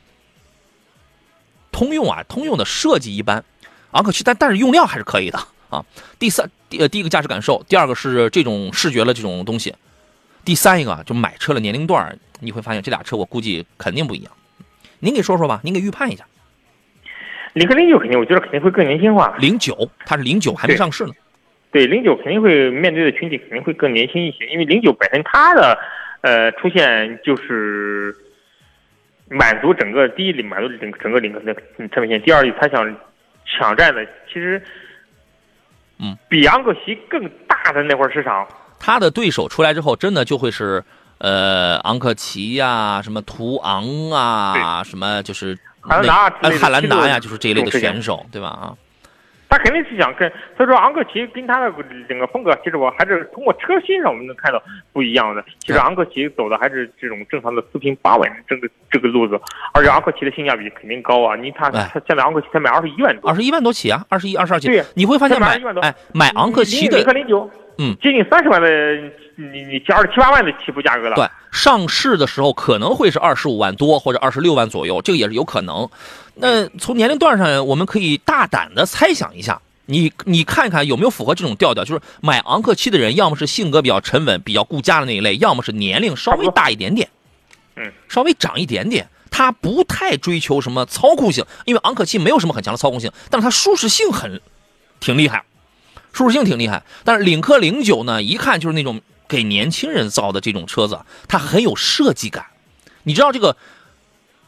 通用的设计一般，昂克旗但是用料还是可以的啊。第一个驾驶感受，第二个是这种视觉的这种东西，第三一个就买车的年龄段，你会发现这俩车我估计肯定不一样。您给说说吧，您给预判一下。 领克09我觉得肯定会更年轻化。 09，它是09还没上市呢。 对，09肯定会面对的群体肯定会更年轻一些，因为09本身它的出现就是满足整个第一满足整个领克的产品线，第二它想抢占的其实比昂克旗更大的那块市场。 它的对手出来之后，真的就会是昂克旗呀、什么途昂啊，什么就是汉兰达呀，就是这一类的选手，对吧？啊。 他肯定是想跟，所以说昂克旗跟他的整个风格，其实我还是通过车型上我们能看到不一样的。其实昂克旗走的还是这种正常的4平8稳这个路子，而且昂克旗的性价比肯定高啊！他现在昂克旗才买21万多 ，21万多起啊，21、22起。 对， 你会发现买昂克旗的领克09，接近30万的，你27、8万的起步价格了。 对，上市的时候可能会是25万多或者26万左右，这个也是有可能。那从年龄段上，我们可以大胆的猜想一下，你看看有没有符合这种调调，就是买昂克旗的人，要么是性格比较沉稳、比较顾家的那一类，要么是年龄稍微大一点点，稍微长一点点。他不太追求什么操控性，因为昂克旗没有什么很强的操控性，但是它舒适性挺厉害，但是领克09呢，一看就是那种给年轻人造的这种车子，它很有设计感。你知道这个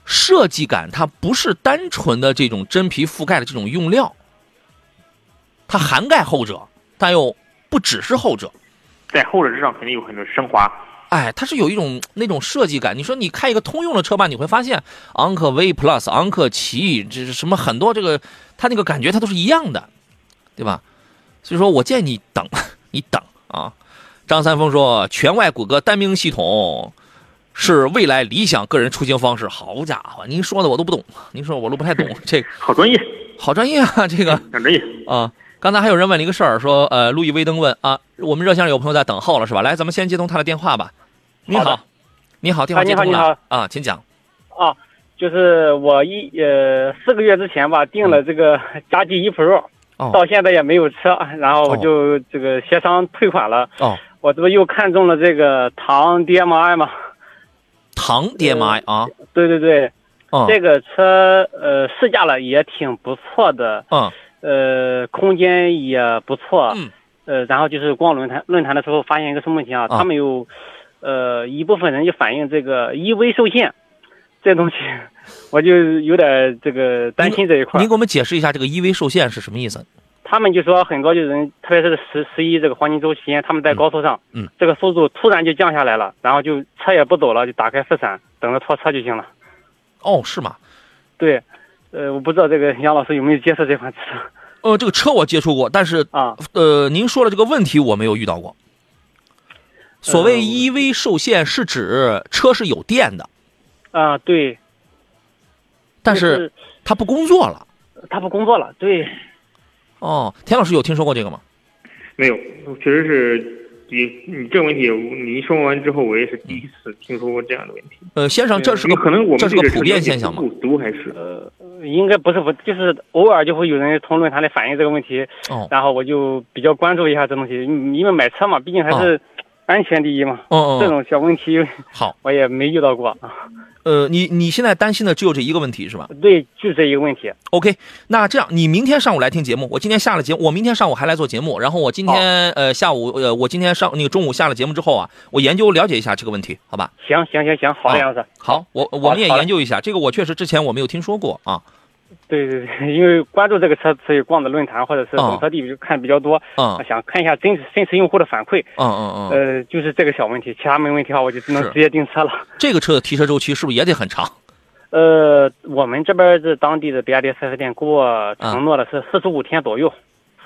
设计感它不是单纯的这种真皮覆盖的这种用料，它涵盖后者，但又不只是后者， 在后者之上肯定有很多升华。 哎，它是有一种那种设计感。你说你开一个通用的车吧，你会发现昂科威 Plus、昂科旗，这是什么很多这个，它那个感觉它都是一样的，对吧？所以说我建议你等，你等啊。张三丰说，全外骨骼单兵系统是未来理想个人出行方式。好家伙，您说的我都不懂，您说我都不太懂这个。 好专业， 好专业啊，这个很专业啊。刚才还有人问了一个事儿，说路易威登问啊，我们热线上有朋友在等候了是吧？来，咱们先接通他的电话吧。你好，你好，电话接通了。 你好啊，请讲。 啊，就是我4个月之前吧订了这个嘉际1 Pro，到现在也没有车，然后我就这个协商退款了。我这不又看中了这个唐 DMI 吗？ 唐 DMI 啊？ 对对对，这个车试驾了也挺不错的。空间也不错。然后就是逛论坛的时候发现一个什么问题啊？他们有一部分人就反映这个EV受限，这东西我就有点这个担心这一块。 您给我们解释一下这个EV受限是什么意思？ 他们就说很多就是人，特别是11这个黄金周期间，他们在高速上，这个速度突然就降下来了，然后就车也不走了，就打开副闪，等着拖车就行了。 是吗？ 对，我不知道这个杨老师有没有接触这款车。 这个车我接触过，但是您说的这个问题我没有遇到过。所谓 EV 受限是指车是有电的。 对。 但是它不工作了。 对。 田老师有听说过这个吗？ 没有，确实是你这个问题，你说完之后，我也是第一次听说过这样的问题。 先生，这是个普遍现象吗？ 读还是应该不是，就是偶尔就会有人从论坛里反映这个问题，然后我就比较关注一下这东西，因为买车嘛，毕竟还是安全第一嘛。这种小问题， 好， 我也没遇到过。 你现在担心的只有这一个问题是吧？ 对，就这一个问题。 OK， 那这样，你明天上午来听节目，我今天下了节目，我明天上午还来做节目，然后我今天下午我今天中午下了节目之后啊，我研究了解一下这个问题，好吧？ 行，好的样子。 好，我们也研究一下这个，我确实之前我没有听说过啊。 对，因为关注这个车，所以逛的论坛或者是懂车帝就看比较多。想看一下真实用户的反馈。就是这个小问题，其他没问题的话，我就只能直接订车了。 这个车的提车周期是不是也得很长？ 我们这边是当地的比亚迪4S店给我承诺的是45天左右。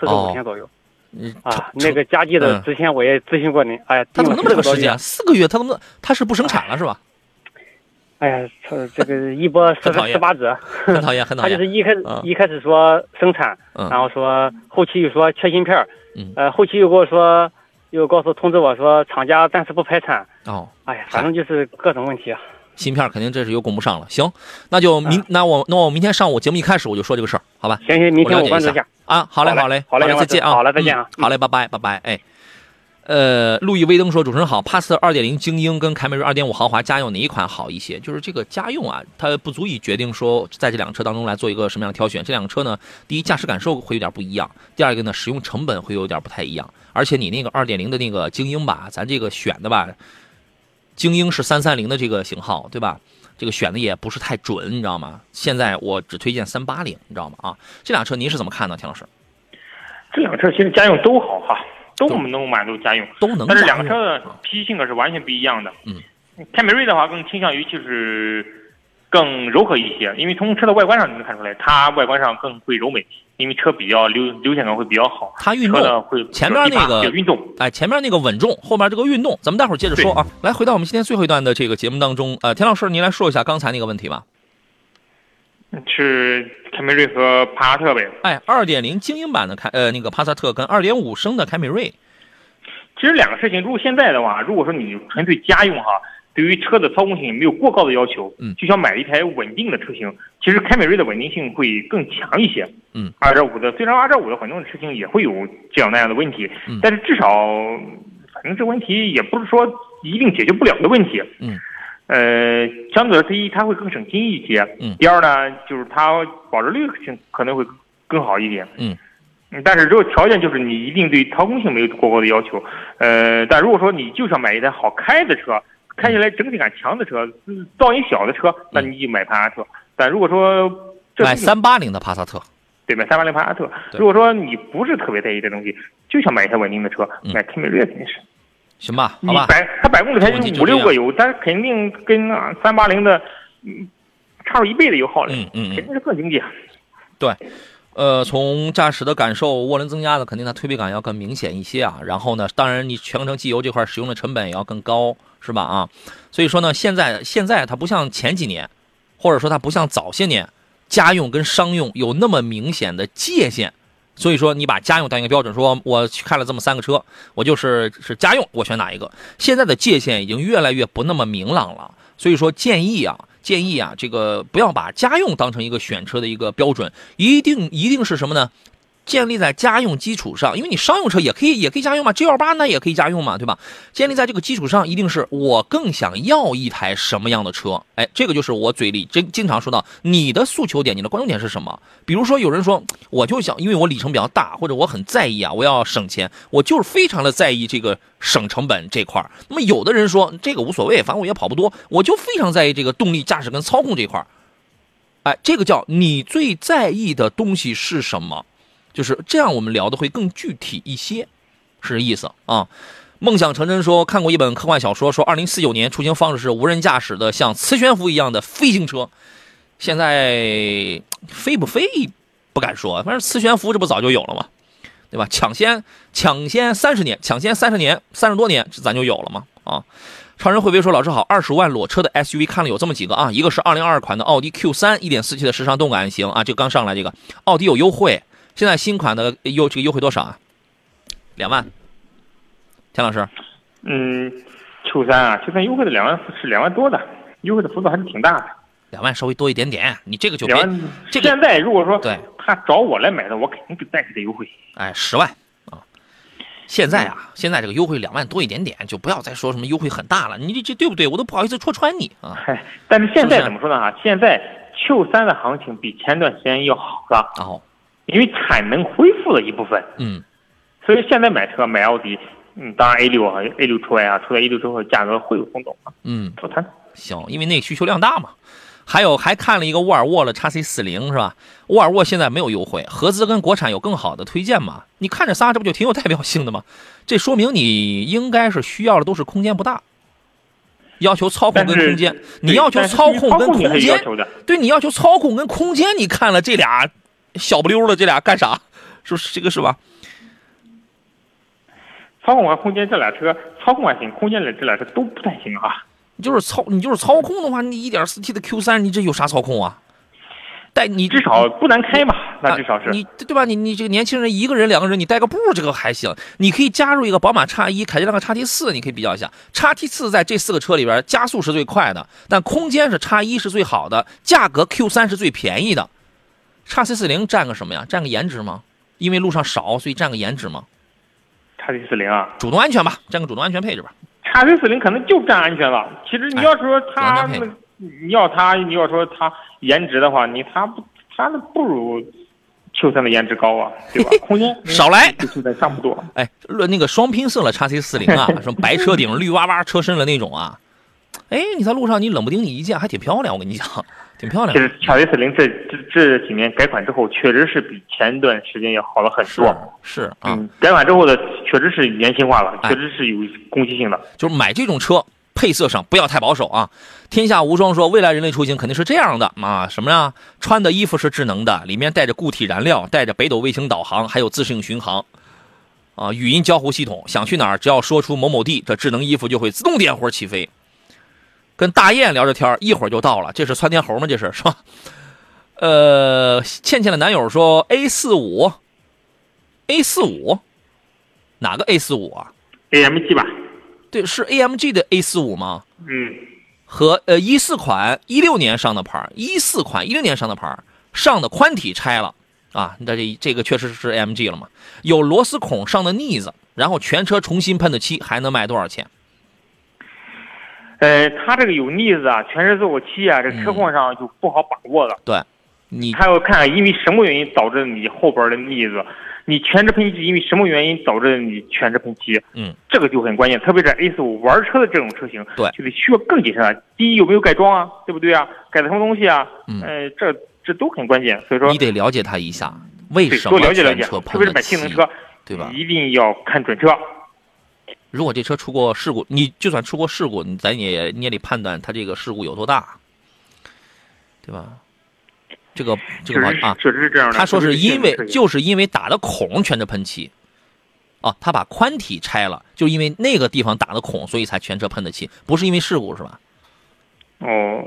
那个嘉际的之前我也咨询过您。 他怎么那么长时间？4个月，他是不生产了是吧？ 哎呀，这个一波18折， 很讨厌。 他就是一开始说生产，然后说后期又说缺芯片，后期又告诉通知我说厂家暂时不排产。哎呀，反正就是各种问题啊。 芯片肯定这是又供不上了。行，那就那我明天上午节目一开始我就说这个事儿，好吧？ 行，明天我关注一下啊。好嘞，再见啊。 好嘞，再见啊。 好嘞，拜拜。哎。路易威登说：“主持人好，帕萨特 2.0 精英跟凯美瑞 2.5 豪华家用哪一款好一些？就是这个家用啊，它不足以决定说在这两个车当中来做一个什么样的挑选。这两个车呢，第一驾驶感受会有点不一样，第二个呢使用成本会有点不太一样。而且你那个 2.0 的那个精英吧，咱这个选的吧，精英是330的这个型号，对吧？这个选的也不是太准，你知道吗？现在我只推荐380，你知道吗？啊，这辆车您是怎么看呢，田老师？ 这两个车其实家用都好哈。”都能满足家用，但是两个车的脾气性格是完全不一样的。凯美瑞的话更倾向于就是更柔和一些，因为从车的外观上你能看出来，它外观上更会柔美，因为车比较流线感会比较好。 它运动会前面那个运动， 前面那个稳重，后面这个运动，咱们待会儿接着说啊。来，回到我们今天最后一段的这个节目当中，田老师您来说一下刚才那个问题吧。 是凯美瑞和帕萨特呗 ？2.0 精英版的那个帕萨特跟2.5升的凯美瑞， 其实两个车型，如果现在的话，如果说你纯粹家用哈，对于车的操控性没有过高的要求，就想买一台稳定的车型，其实凯美瑞的稳定性会更强一些。2.5的虽然2.5的混动车型也会有这样那样的问题，但是至少反正这问题也不是说一定解决不了的问题。相对来说，第一它会更省心一些，第二呢，就是它保值率可能会更好一点，但是这个条件就是你一定对操控性没有过高的要求，但如果说你就想买一台好开的车， 开起来整体感强的车，噪音小的车，那你就买帕萨特。但如果说买380的帕萨特， 对，买380帕萨特。如果说你不是特别在意这东西，就想买一台稳定的车，买凯美瑞肯定是。 行吧，好吧。 它百公里才5、6个油，但肯定跟380的差出1倍的油耗来，肯定是更经济。 对。从驾驶的感受，涡轮增压的肯定它推背感要更明显一些啊。然后呢，当然你全程机油这块使用的成本也要更高，是吧啊？所以说呢，现在它不像前几年，或者说它不像早些年，家用跟商用有那么明显的界限。所以说你把家用当一个标准，说我去看了这么3个车，我是家用，我选哪一个？现在的界限已经越来越不那么明朗了。所以说建议啊，这个不要把家用当成一个选车的一个标准，一定是什么呢？建立在家用基础上，因为你商用车也可以家用嘛 ，G28 那也可以家用嘛，对吧？建立在这个基础上，一定是我更想要一台什么样的车？哎，这个就是我嘴里经常说到你的诉求点，你的关注点是什么？比如说有人说，我就想，因为我里程比较大，或者我很在意啊，我要省钱，我就是非常的在意这个省成本这块。那么有的人说这个无所谓，反正我也跑不多，我就非常在意这个动力、驾驶跟操控这块。哎，这个叫你最在意的东西是什么？就是这样，我们聊的会更具体一些，是这意思啊。梦想成真说看过一本科幻小说，说2049年出行方式是无人驾驶的像磁悬浮一样的飞行车。现在飞不飞不敢说，反正磁悬浮这不早就有了吗？对吧？抢先30年，30多年咱就有了嘛啊。超人会不会说老师好，20万裸车的 SUV 看了有这么几个啊，一个是2022款的奥迪 Q3 1.4T 的时尚动感型啊，这个刚上来这个奥迪有优惠。现在新款的这个优惠多少啊？2万。田老师， Q3 啊，Q3优惠的2万是2万多的，优惠的幅度还是挺大的。 2万稍微多一点点，你这个就别。这个现在如果说对他找我来买的，我肯定再给他优惠。 哎，10万啊！现在这个优惠2万多一点点，就不要再说什么优惠很大了，你这对不对？我都不好意思戳穿你啊。 但是现在怎么说呢？哈，现在 Q3 的行情比前段时间要好了。 哦。 因为产能恢复了一部分，所以现在买奥迪，当然 A6 出来啊，出来 A6 之后价格会有松动啊，不谈。 行，因为那个需求量大嘛。还看了一个沃尔沃的 XC40 是吧？沃尔沃现在没有优惠，合资跟国产有更好的推荐嘛？你看这仨，这不就挺有代表性的吗？这说明你应该是需要的都是空间不大，要求操控跟空间，你要求操控跟空间，对，你要求操控跟空间，你看了这俩。小不溜的这俩干啥？是不是这个是吧？ 操控和空间这俩车，操控还行，空间这俩车都不太行啊。 你就是操控的话，你 1.4T 的 Q3，你这有啥操控啊？你至少不难开嘛，那至少是你对吧？你这个年轻人1个人2个人，你带个步这个还行。你可以加入一个宝马 X1、凯迪拉克 XT4，你可以比较一下。XT4在这4个车里边加速是最快的，但空间是 X1是最好的，价格 Q3是最便宜的。XC40占个什么呀？占个颜值吗？因为路上少，所以占个颜值吗？ XC40啊， 主动安全吧，占个主动安全配置吧。 XC40可能就占安全了。其实你要说它，你要说它颜值的话，它不如 Q3 的颜值高啊，对吧？空间少来， 就在差不多。 哎，那个双拼色的 XC40 啊，什么白车顶、绿哇哇车身的那种啊，哎，你在路上你冷不丁你一见还挺漂亮，我跟你讲。挺漂亮。 其实XC40这几年改款之后，确实是比前段时间要好了很多。 是啊， 改款之后的确实是年轻化了，确实是有攻击性的。 就是买这种车，配色上不要太保守啊。天下无双说，未来人类出行肯定是这样的啊，什么呀？穿的衣服是智能的，里面带着固体燃料，带着北斗卫星导航，还有自适应巡航。啊，语音交互系统，想去哪儿，只要说出某某地，这智能衣服就会自动点火起飞。跟大雁聊着天，一会儿就到了，这是窜天猴吗？这是吧？倩倩的男友说 A45， 哪个 A45 啊 ？AMG 吧？ 对，是 AMG 的 A45 吗？和14款16年上的牌，14款16年上的牌，上的宽体拆了啊，这个确实是 AMG 了嘛？有螺丝孔上的腻子，然后全车重新喷的漆，还能卖多少钱？ 它这个有腻子啊，全是做过漆啊，这车况上就不好把握了。 对， 还要看因为什么原因导致你后边的腻子。 你全车喷漆因为什么原因导致你全车喷漆？这个就很关键，特别是 A45玩车的这种车型， 对， 就是需要更谨慎了。第一，有没有改装啊，对不对啊？改的什么东西啊？这都很关键。所以说你得了解它一下，为什么多了解了解，特别是买性能车， 对吧？ 一定要看准车。 如果这车出过事故，你就算出过事故，你也得判断它这个事故有多大，对吧？这个啊， 确实是这样的。 他说是就是因为打的孔全车喷漆，啊，他把宽体拆了，就因为那个地方打的孔，所以才全车喷的漆，不是因为事故是吧？ 哦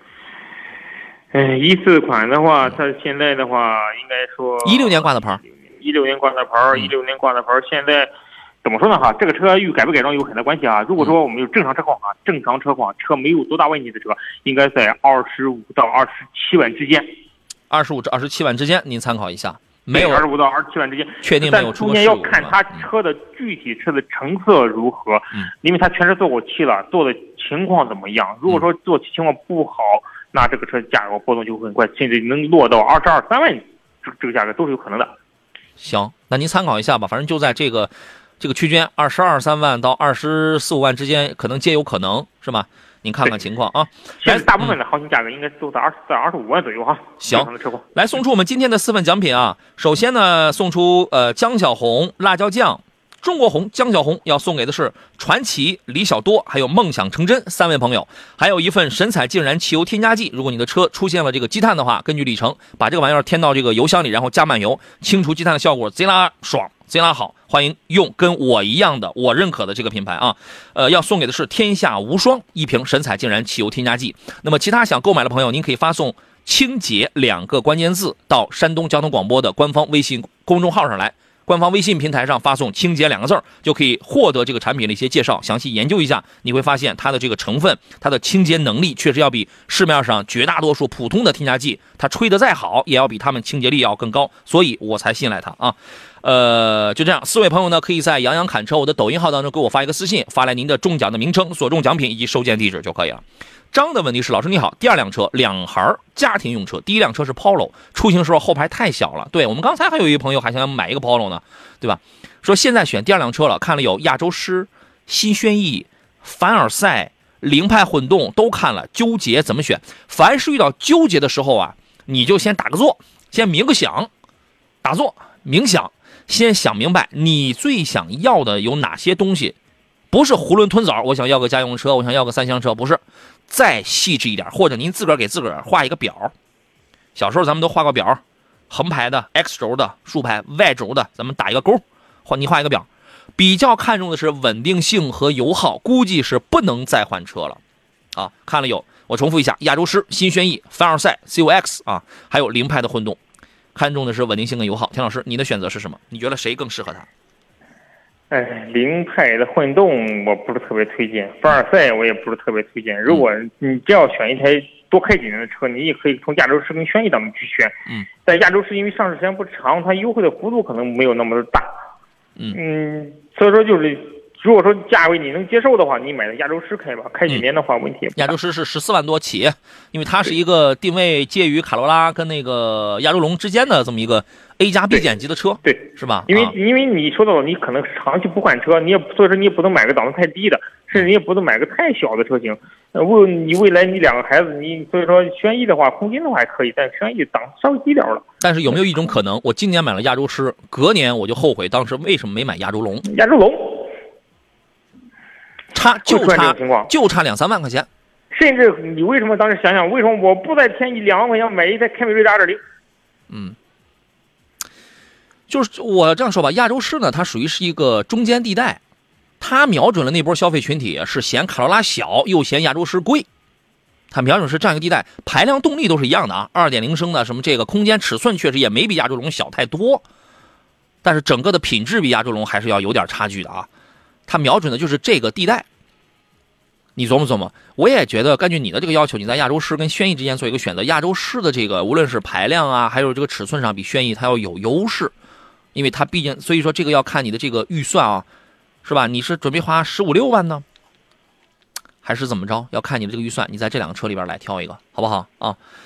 ，14款的话，它现在的话应该说 16年挂的牌 ，16年挂的牌，16年挂的牌，现在。怎么说呢？哈，这个车与改不改装有很大关系啊。如果说我们有正常车况啊，正常车况，车没有多大问题的车，应该在25到27万之间。 25至27万之间，您参考一下。没有 25到27万之间， 确定没有出过事故。 但中间要看它车的具体车的成色如何，因为它全是做过漆了，做的情况怎么样。如果说做漆情况不好，那这个车价格波动就会很快，甚至能落到22、23万，这个价格都是有可能的。 行，那您参考一下吧，反正就在这个区间22、23万到24、25万之间，可能皆有可能，是吧？您看看情况啊。 现在大部分的行情价格应该都在24、25万左右哈。 行，来送出我们今天的4份奖品啊。首先呢，送出江小红辣椒酱、中国红江小红，要送给的是传奇、李小多还有梦想成真3位朋友，还有一份神采净燃汽油添加剂。如果你的车出现了这个积碳的话，根据里程把这个玩意儿添到这个油箱里，然后加满油，清除积碳的效果贼拉爽。贼拉好，欢迎用跟我一样的我认可的这个品牌啊，要送给的是天下无双1瓶神采净燃汽油添加剂。那么其他想购买的朋友，您可以发送清洁2个关键字到山东交通广播的官方微信公众号上来，官方微信平台上发送清洁2个字，就可以获得这个产品的一些介绍，详细研究一下，你会发现它的这个成分，它的清洁能力确实要比市面上绝大多数普通的添加剂，它吹得再好也要比它们清洁力要更高，所以我才信赖它啊。就这样，4位朋友呢，可以在杨洋侃车我的抖音号当中给我发一个私信，发来您的中奖的名称、所中奖品以及收件地址就可以了。张的问题是，老师你好，第2辆车2孩家庭用车，第1辆车是 Polo， 出行时候后排太小了。对，我们刚才还有一位朋友还想买一个 Polo 呢，对吧？说现在选第2辆车了，看了有亚洲狮、新轩逸、凡尔赛、凌派混动都看了，纠结怎么选。凡是遇到纠结的时候啊，你就先打个坐，先冥个想，打坐冥想。先想明白你最想要的有哪些东西，不是囫囵吞枣，我想要个家用车，我想要个3厢车，不是，再细致一点，或者您自个儿给自个儿画一个表。小时候咱们都画个表，横排的、X 轴的、竖排、Y 轴的，咱们打一个勾，你画一个表。比较看重的是稳定性和油耗，估计是不能再换车了啊。看了有，我重复一下，亚洲狮、新轩逸、凡尔赛、COX 啊，还有凌派的混动。看重的是稳定性跟油耗，田老师，你的选择是什么？你觉得谁更适合他？ 凌派的混动我不是特别推荐，凡尔赛我也不是特别推荐。如果你只要选一台多开几年的车，你也可以从亚洲狮跟轩逸当中去选。但亚洲狮因为上市时间不长，它优惠的幅度可能没有那么大。所以说就是如果说价位你能接受的话，你买的亚洲狮开吧，开几年的话问题也不大。 亚洲狮是14万多起，因为它是一个定位介于卡罗拉跟那个亚洲龙之间的这么一个 A 加 B 减级的车， 对， 是吧？ 因为你说到了，你可能长期不换车，所以说你也不能买个档次太低的，甚至你也不能买个太小的车型。你未来你2个孩子，所以说轩逸的话，空间的话还可以，但轩逸档稍微低点了。 但是有没有一种可能，我今年买了亚洲狮，隔年我就后悔当时为什么没买亚洲龙？ 亚洲龙。 就差2-3万块钱， 甚至你为什么当时想想，为什么我不再添2万块钱买一台凯美瑞的2.0？ 就是我这样说吧，亚洲狮呢，它属于是一个中间地带，它瞄准了那波消费群体，是嫌卡罗拉小又嫌亚洲狮贵，它瞄准是这样一个地带，排量动力都是一样的啊，2.0升的什么这个空间尺寸确实也没比亚洲龙小太多，但是整个的品质比亚洲龙还是要有点差距的啊。它瞄准的就是这个地带，你琢磨琢磨。我也觉得根据你的这个要求，你在亚洲狮跟轩逸之间做一个选择，亚洲狮的这个无论是排量啊，还有这个尺寸上比轩逸它要有优势，因为它毕竟，所以说这个要看你的这个预算啊，是吧？你是准备花15、16万呢，还是怎么着？要看你的这个预算，你在这2个车里边来挑一个，好不好啊？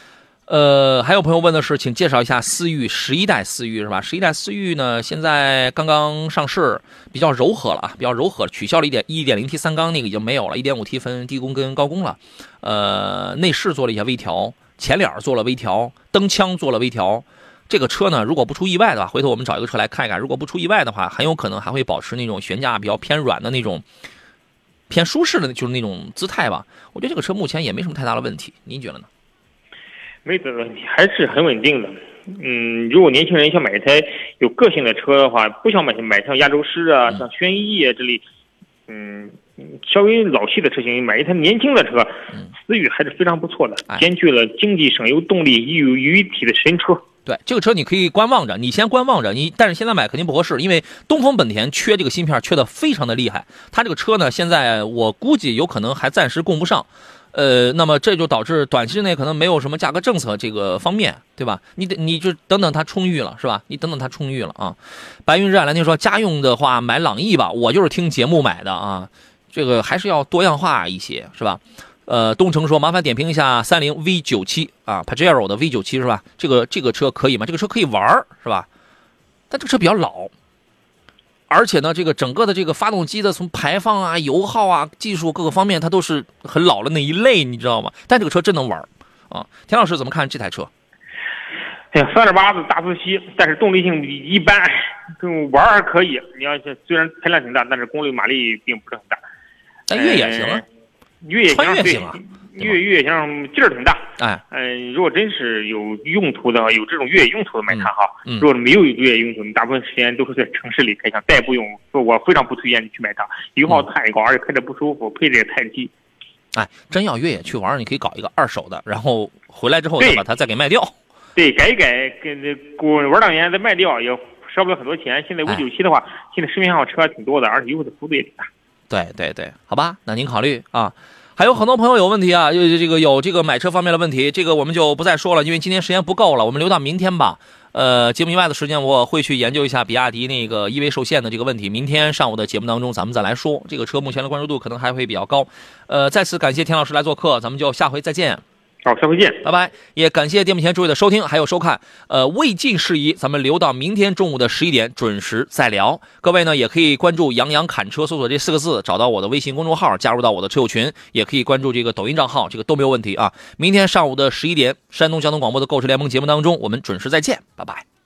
还有朋友问的是，请介绍一下思域11代思域是吧？11代思域呢，现在刚刚上市，比较柔和了啊，比较柔和，取消了1.0T 三缸那个已经没有了，1.5T 分低功跟高功了。内饰做了一些微调，前脸做了微调，灯腔做了微调。这个车呢，如果不出意外的话，回头我们找一个车来看一看。如果不出意外的话，很有可能还会保持那种悬架比较偏软的那种、偏舒适的，就是那种姿态吧。我觉得这个车目前也没什么太大的问题，您觉得呢？ 没得问题，还是很稳定的。如果年轻人想买一台有个性的车的话，不想买像亚洲狮啊、像轩逸啊这里，稍微老气的车型，买一台年轻的车，思域还是非常不错的，兼具了经济省油动力于一体的神车。 对，这个车你可以观望着，你先观望着，但是现在买肯定不合适，因为东风本田缺这个芯片缺的非常的厉害，它这个车呢，现在我估计有可能还暂时供不上。那么这就导致短期之内可能没有什么价格政策这个方面，对吧？你就等等它充裕了，是吧？你等等它充裕了啊。白云日海蓝天说，家用的话买朗逸吧，我就是听节目买的啊，这个还是要多样化一些，是吧？东城说，麻烦点评一下30 V97啊 ，Pajero 的 V97 是吧？这个车可以吗？这个车可以玩是吧？但这个车比较老。而且呢，这个整个的这个发动机的从排放啊、油耗啊、技术各个方面，它都是很老的那一类，你知道吗？但这个车真能玩啊！田老师怎么看这台车？ 哎呀，3.8的大自吸，但是动力性一般，玩还可以。你要虽然排量挺大，但是功率马力并不是很大。 但越野行啊， 越野穿越行啊， 越野行劲儿挺大。 哎， 如果真是有用途的话，有这种越野用途的买它哈。如果没有越野用途，你大部分时间都是在城市里开箱，代步用，我非常不推荐你去买它，油耗太高，而且开着不舒服，配置也太低。 哎，真要越野去玩，你可以搞一个二手的，然后回来之后再把它再给卖掉。 对，改一改，跟这玩2年再卖掉，也烧不了很多钱。现在597的话，现在市面上车挺多的，而且优惠的幅度也挺大。 对，好吧，那您考虑啊。还有很多朋友有问题啊，有这个买车方面的问题，这个我们就不再说了，因为今天时间不够了，我们留到明天吧。节目以外的时间我会去研究一下比亚迪那个EV受限的这个问题，明天上午的节目当中咱们再来说。这个车目前的关注度可能还会比较高。再次感谢田老师来做客，咱们就下回再见。 好，下回见， 拜拜。也感谢电幕前诸位的收听还有收看。未尽事宜，咱们留到明天中午的11点准时再聊。各位呢也可以关注杨洋侃车，搜索这4个字，找到我的微信公众号，加入到我的车友群，也可以关注这个抖音账号，这个都没有问题啊。明天上午的11点，山东交通广播的购车联盟节目当中，我们准时再见，拜拜。